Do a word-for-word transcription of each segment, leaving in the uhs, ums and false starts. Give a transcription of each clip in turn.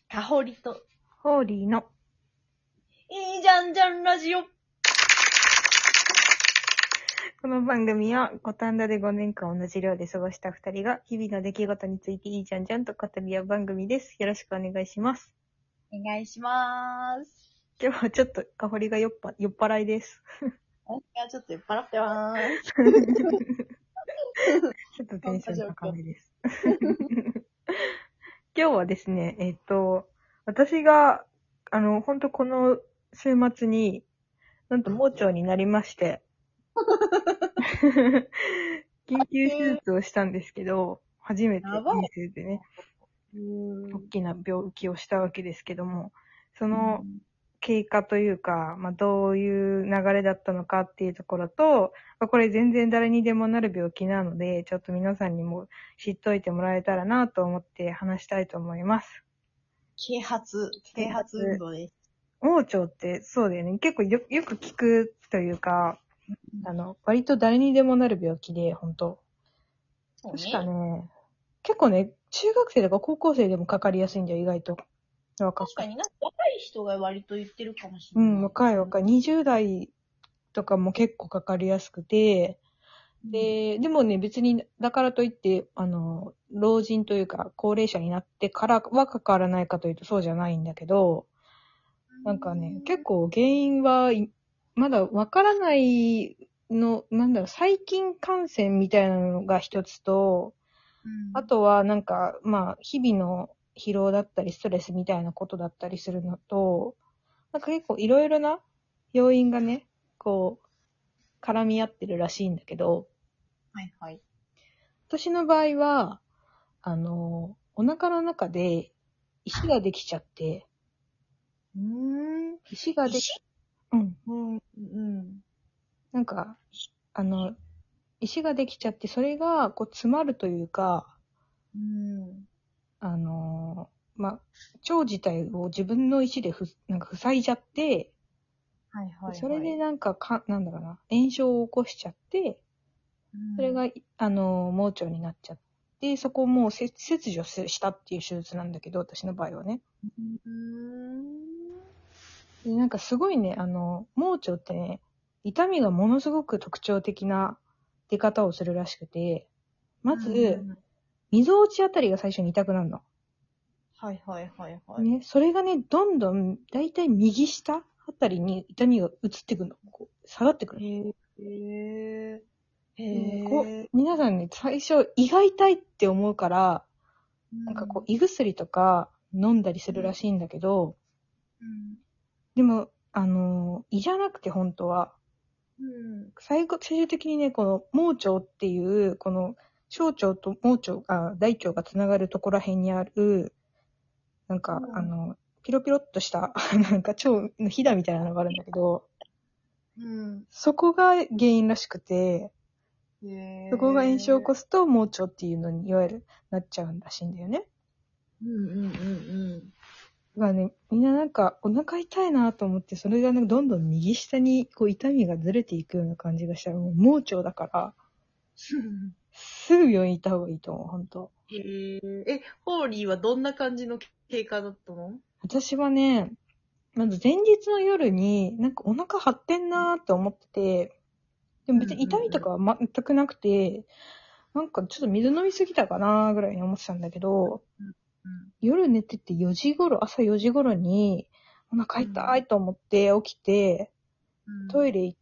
かほりと、 ホーリーのいいじゃんじゃんラジオ。 この番組は五反田でごねんかん同じ寮で過ごしたふたりが日々の出来事についていいじゃんじゃんと語り合う番組です。よろしくお願いします。 お願いしまーす。 今日はちょっと香りが酔っぱ酔っ払いです。 私はちょっと酔っ払ってまーす。 ちょっとテンション高めです。今日はですね、えっと、私が、あの、本当この週末に、なんと盲腸になりまして、緊急手術をしたんですけど、初めてやばい人生でね、 うー大ん。 きな病気をしたわけですけども、そうのん経過というか、まあ、どういう流れだったのかっていうところと、まあ、これ全然誰にでもなる病気なので、ちょっと皆さんにも知っといてもらえたらなと思って話したいと思います。 啓発、啓発運動です。 盲腸ってそうだよね。結構よよく聞くというか、あの、割と誰にでもなる病気で、本当そうね。 確かね、結構ね、中学生とか高校生でもかかりやすいんだよ、意外と。若く。 確かになんか若い人が割と言ってるかもしれない。 うん、若い若い。にじゅう代とかも結構かかりやすくて、 うんで、でもね、別に、だからといって、あの、老人というか、高齢者になってからはかからないかというとそうじゃないんだけど、なんかね、結構原因はいまだわからないの、なんだろう、細菌感染みたいなのが一つと、 うんあとはなんか、まあ、日々の疲労だったり、ストレスみたいなことだったりするのと、なんか結構いろいろな要因がね、こう、絡み合ってるらしいんだけど、 はいはい。 私の場合は、あの、お腹の中で石ができちゃって、 うーん。 石ができ、 石うん、 うん。うん。 なんか、あの、石ができちゃって、それがこう詰まるというか、 うん。 あの、まあ、腸自体を自分の石でふ、なんか塞いじゃって、 はいはいはい。 それでなんかか、なんだろうな、炎症を起こしちゃって、それが、あの、盲腸になっちゃって、そこをもう切切除したっていう手術なんだけど、私の場合はね。 うん。 で、なんかすごいね、あの、盲腸ってね、痛みがものすごく特徴的な出方をするらしくて、まず、 うん溝落ちあたりが最初に痛くなるの。 はいはいはいはい。 ね、それがね、どんどん、だいたい右下あたりに痛みが移ってくるの。こう下がってくる。 へえ。へでね、こえ。 う、皆さんね、最初、胃が痛いって思うから、なんかこう、胃薬とか飲んだりするらしいんだけど、 うんでも、あのー胃じゃなくて本当は、 うん最後、最終的にね、この盲腸っていう、この小腸と盲腸、あ、大腸がつながるところら辺にある、なんか、 うんあの、ピロピロっとした、なんか腸のひだみたいなのがあるんだけど、 うんそこが原因らしくて、 へそこが炎症を起え。 こすと盲腸っていうのに、いわゆるなっちゃうんらしいんだよね。 うんうんうんうん。 だからね、みんななんかお腹痛いなと思って、それがね、どんどん右下にこう痛みがずれていくような感じがしたら、もう盲腸だから、すぐ病院行った方がいいと思う、本当。 へえ。え、ホーリーはどんな感じの経過だったの？ 私はね、まず前日の夜に、なんかお腹張ってんなーって思ってて、でも別に痛みとかは全くなくて、なんかちょっと水飲みすぎたかなーぐらいに思ってたんだけど、夜寝ててよじ頃、朝よじ頃に、お腹痛いと思って起きて、トイレ行って、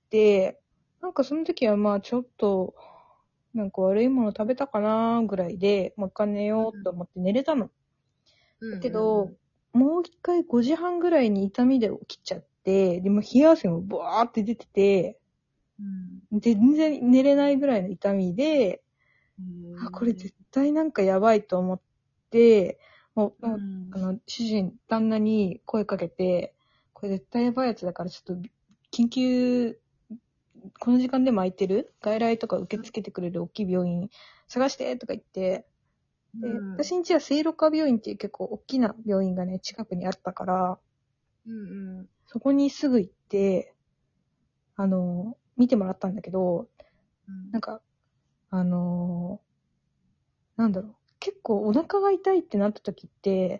なんかその時はまあちょっと、なんか悪いもの食べたかなーぐらいで、もう一回寝ようと思って寝れたの。だけど、もう一回ごじはんぐらいに痛みで起きちゃって、でも冷や汗もブワーって出てて、全然寝れないぐらいの痛みで、あ、これ絶対なんかやばいと思って、もう、もうあの、主人、旦那に声かけて、これ絶対やばいやつだからちょっと、緊急、この時間でも空いてる外来とか受け付けてくれる大きい病院探してとか言って、で、私ん家は聖路加病院っていう結構大きな病院がね、近くにあったから、 うんうん。 そこにすぐ行って、あの、見てもらったんだけど、なんか、あの、なんだろう、結構お腹が痛いってなった時って、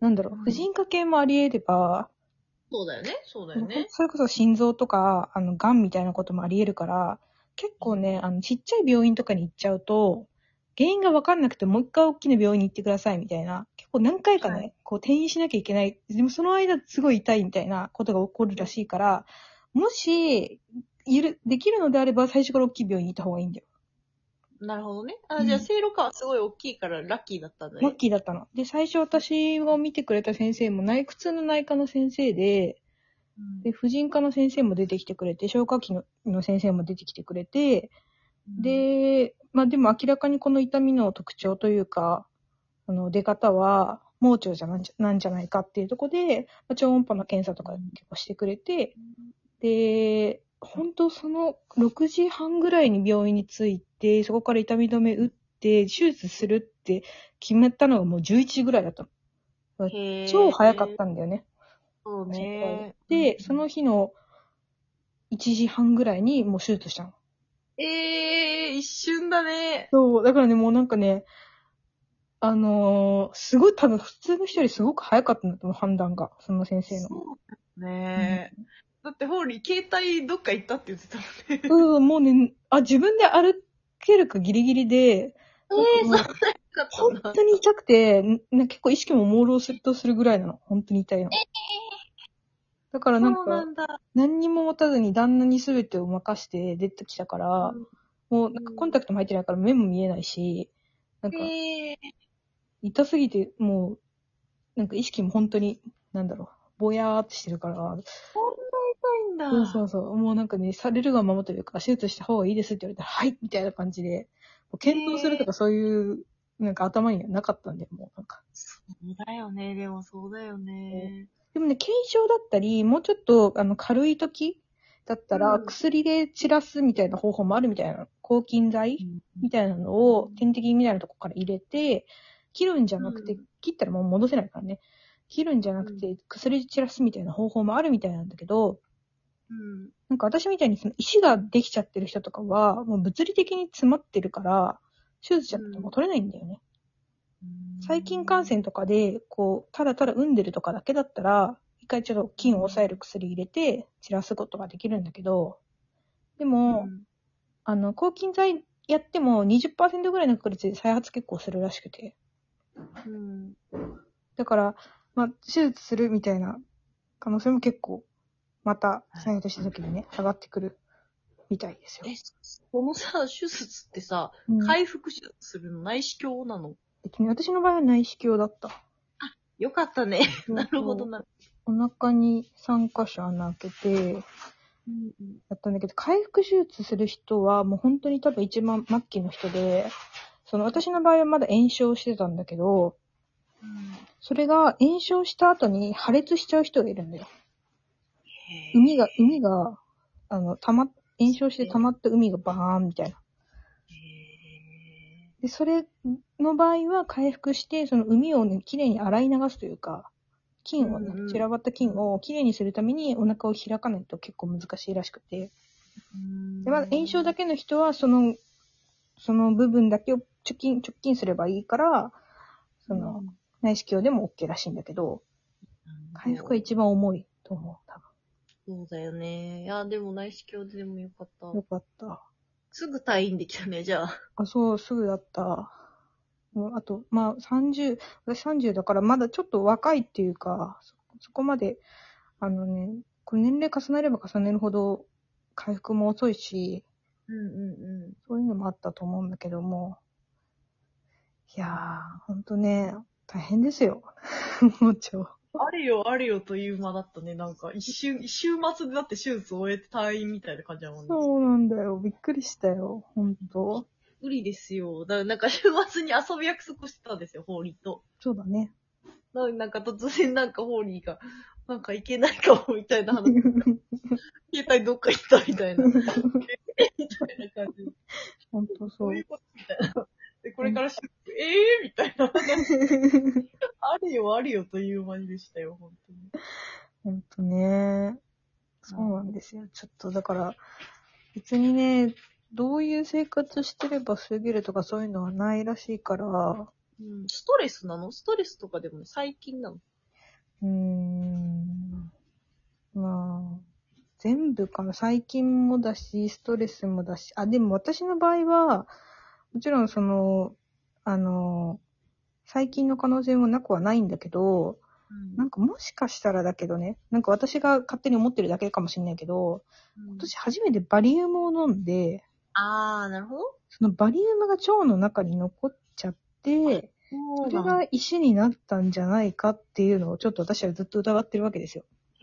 なんだろう、 うん婦人科系もあり得れば、 そうだよね。そうだよね。 それこそ心臓とか、あの、癌みたいなこともあり得るから、結構ね、あの、ちっちゃい病院とかに行っちゃうと、原因がわかんなくてもう一回大きな病院に行ってくださいみたいな、結構何回かね、 はいこう転院しなきゃいけない。でもその間すごい痛いみたいなことが起こるらしいから、もし、いる、できるのであれば最初から大きい病院に行った方がいいんだよ。 なるほどね。あ、 うんじゃあ、正路感はすごい大きいからラッキーだったんだラッね。 キーだったの。で、最初私を見てくれた先生も内、普通の内科の先生で、 うんで、婦人科の先生も出てきてくれて、消化器のの先生も出てきてくれて、で、まあでも明らかにこの痛みの特徴というか、あの、出方は、盲腸じゃなんじゃなんじゃないかっていうところで、まあ、超音波の検査とか結構してくれて、で、本当そのろくじはんぐらいに病院に着いて、そこから痛み止め打って、手術するって決めたのがもうじゅういちじぐらいだったの。 へー超早かったんだよね。 そうね。 で、その日のいちじはんぐらいにもう手術したの。 えー、一瞬だね。 そう、だからね、もうなんかね、あのー、すごい多分普通の人よりすごく早かったんだと思う、判断が。その先生の。 そうだね。だって、ホーリー、携帯どっか行ったって言ってたもんね。 うん、もうね、あ、自分で歩けるかギリギリで、 えー、そんなにかった本んだ。 当に痛くて、ん結構意識も朦朧すとするぐらいなの。本当に痛いの。だからなんそうなか、 んだ。 何にも持たずに旦那に全てを任して出てきたから、 うんもうなんかコンタクトも入ってないから目も見えないし、なんかえー、 痛すぎてもう、なんか意識も本当に、なんだろう、ぼやーってしてるから、 そんな痛いんだ。 そうそうそう。もうなんかね、されるがままというか、手術した方がいいですって言われたら、はいみたいな感じで、もう検討するとかそういう、なんか頭にはなかったんで、もうなんか。 そうだよね。でもそうだよね。 でもね、軽症だったり、もうちょっと、あの、軽い時だったら、 うん薬で散らすみたいな方法もあるみたいな。抗菌剤みたいなのを、点滴みたいなとこから入れて、切るんじゃなくて、 うん切ったらもう戻せないからね。切るんじゃなくて、薬で散らすみたいな方法もあるみたいなんだけど、 うん。 なんか私みたいにその石ができちゃってる人とかは、もう物理的に詰まってるから、手術しちゃっても取れないんだよね。細菌感染とかで、こう、ただただ産んでるとかだけだったら、一回ちょっと菌を抑える薬入れて散らすことができるんだけど、でも、 うんあの、抗菌剤やってもにじゅっパーセントぐらいの確率で再発結構するらしくて。 うん。 だから、まあ、手術するみたいな可能性も結構、また再発した時にね、上がってくるみたいですよ。 え、このさ、手術ってさ、 うん回復手術するの内視鏡なの？ えっとね、私の場合は内視鏡だった。 よかったね。なるほどな。 お腹にさんかしょ穴開けて、 うんやったんだけど、回復手術する人はもう本当に多分一番末期の人で、その私の場合はまだ炎症してたんだけど、それが炎症した後に破裂しちゃう人がいるんだよ。海が、海が、あの、たま、炎症して溜まった海がバーンみたいな。で、それの場合は回復して、その海をね、きれいに洗い流すというか、菌をねうんうん、 散らばった菌をきれいにするためにお腹を開かないと結構難しいらしくて。で、まだ炎症だけの人は、その、その部分だけを直近、直近すればいいから、その、内視鏡でも OK らしいんだけど、回復が一番重いと思う、多そうだよね。いや、でも内視鏡でもよかった。 分。よかった。 すぐ退院できたね、じゃあ。 あ、そう、すぐだった。もうあと、まあ、さんじゅう、私さんじゅうだからまだちょっと若いっていうか、そ、そこまで、あのね、これ年齢重ねれば重ねるほど回復も遅いし、 うんうんうん。 そういうのもあったと思うんだけども、いやー、ほんとね、大変ですよ。もうちょ。 あるよ、あるよという間だったね。なんか、一瞬、一週末でだって手術を終えて退院みたいな感じだもんね。 そうなんだよ。びっくりしたよ。ほんと。 無理ですよ。だからなんか週末に遊ぶ約束してたんですよ、ホーリーと。 そうだね。 ななんか突然なんかホーリーが、なんか行けないかもみたいな話。携帯どっか行ったみたいな。みたいな感じ。 ほんとそうどういう。ことみたいな。で、これから手術、ええー、みたいな。あるよ、あるよという間にでしたよ、本当に。 ほんとね。そうなんですよ。ちょっとだから、別にね、どういう生活してれば防げるとかそういうのはないらしいから、 うん、ストレスなの？ストレスとかでもね、最近なの？ うーん。まあ、全部かな。最近もだし、ストレスもだし。あ、でも私の場合は、もちろんその、あの、最近の可能性もなくはないんだけど、 うんなんかもしかしたらだけどね、なんか私が勝手に思ってるだけかもしれないけど、今年初めてバリウムを飲んで、 あー、なるほど。 そのバリウムが腸の中に残っちゃって、それが石になったんじゃないかっていうのをちょっと私はずっと疑ってるわけですよ。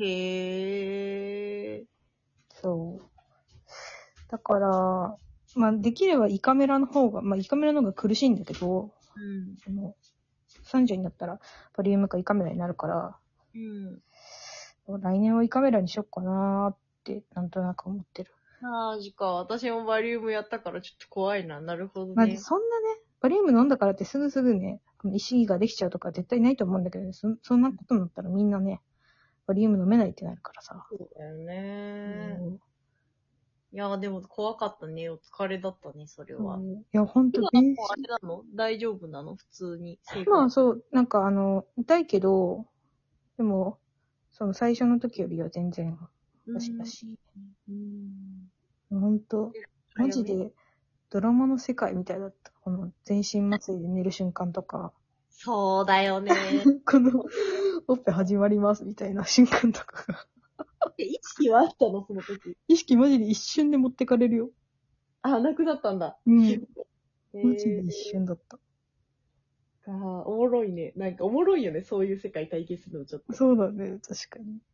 へー。 そう。だから、まあできれば胃カメラの方が、まあ胃カメラの方が苦しいんだけど、 うん。 そのさんじゅうになったらバリウムか胃カメラになるから、 うん。 来年は胃カメラにしよっかなーってなんとなく思ってる。 マジか。私もバリウムやったからちょっと怖いな。なるほどまあね。 そんなね、バリウム飲んだからってすぐすぐね、石ができちゃうとか絶対ないと思うんだけどね、そそんなことになったらみんなね、バリウム飲めないってなるからさ。 そうだよね。 うんいや、でも怖かったね。お疲れだったね、それは。 そういや、ほんと、 普段もあれなの大丈夫なの普通に生活。 まあそう、なんかあの、痛いけど、でも、その最初の時よりは全然マシだし。 うん。 ほんと、マジでドラマの世界みたいだった。この全身麻酔で寝る瞬間とか、 そうだよね。 この、オペ始まりますみたいな瞬間とかが。 意識はあったのその時。 意識マジで一瞬で持ってかれるよ。 あ、なくなったんだ。 うん。 へマジで一ー瞬だった。 あーおもろいね。なんかおもろいよね。そういう世界体験するのちょっと。 そうだね、確かに。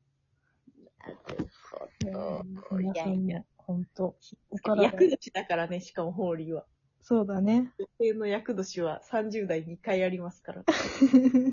いやそうー皆さんいやいやも、ほんと、お体、 厄年だからね、しかもホーリーは。 そうだね。 女性の厄年はさんじゅう代にかいありますから。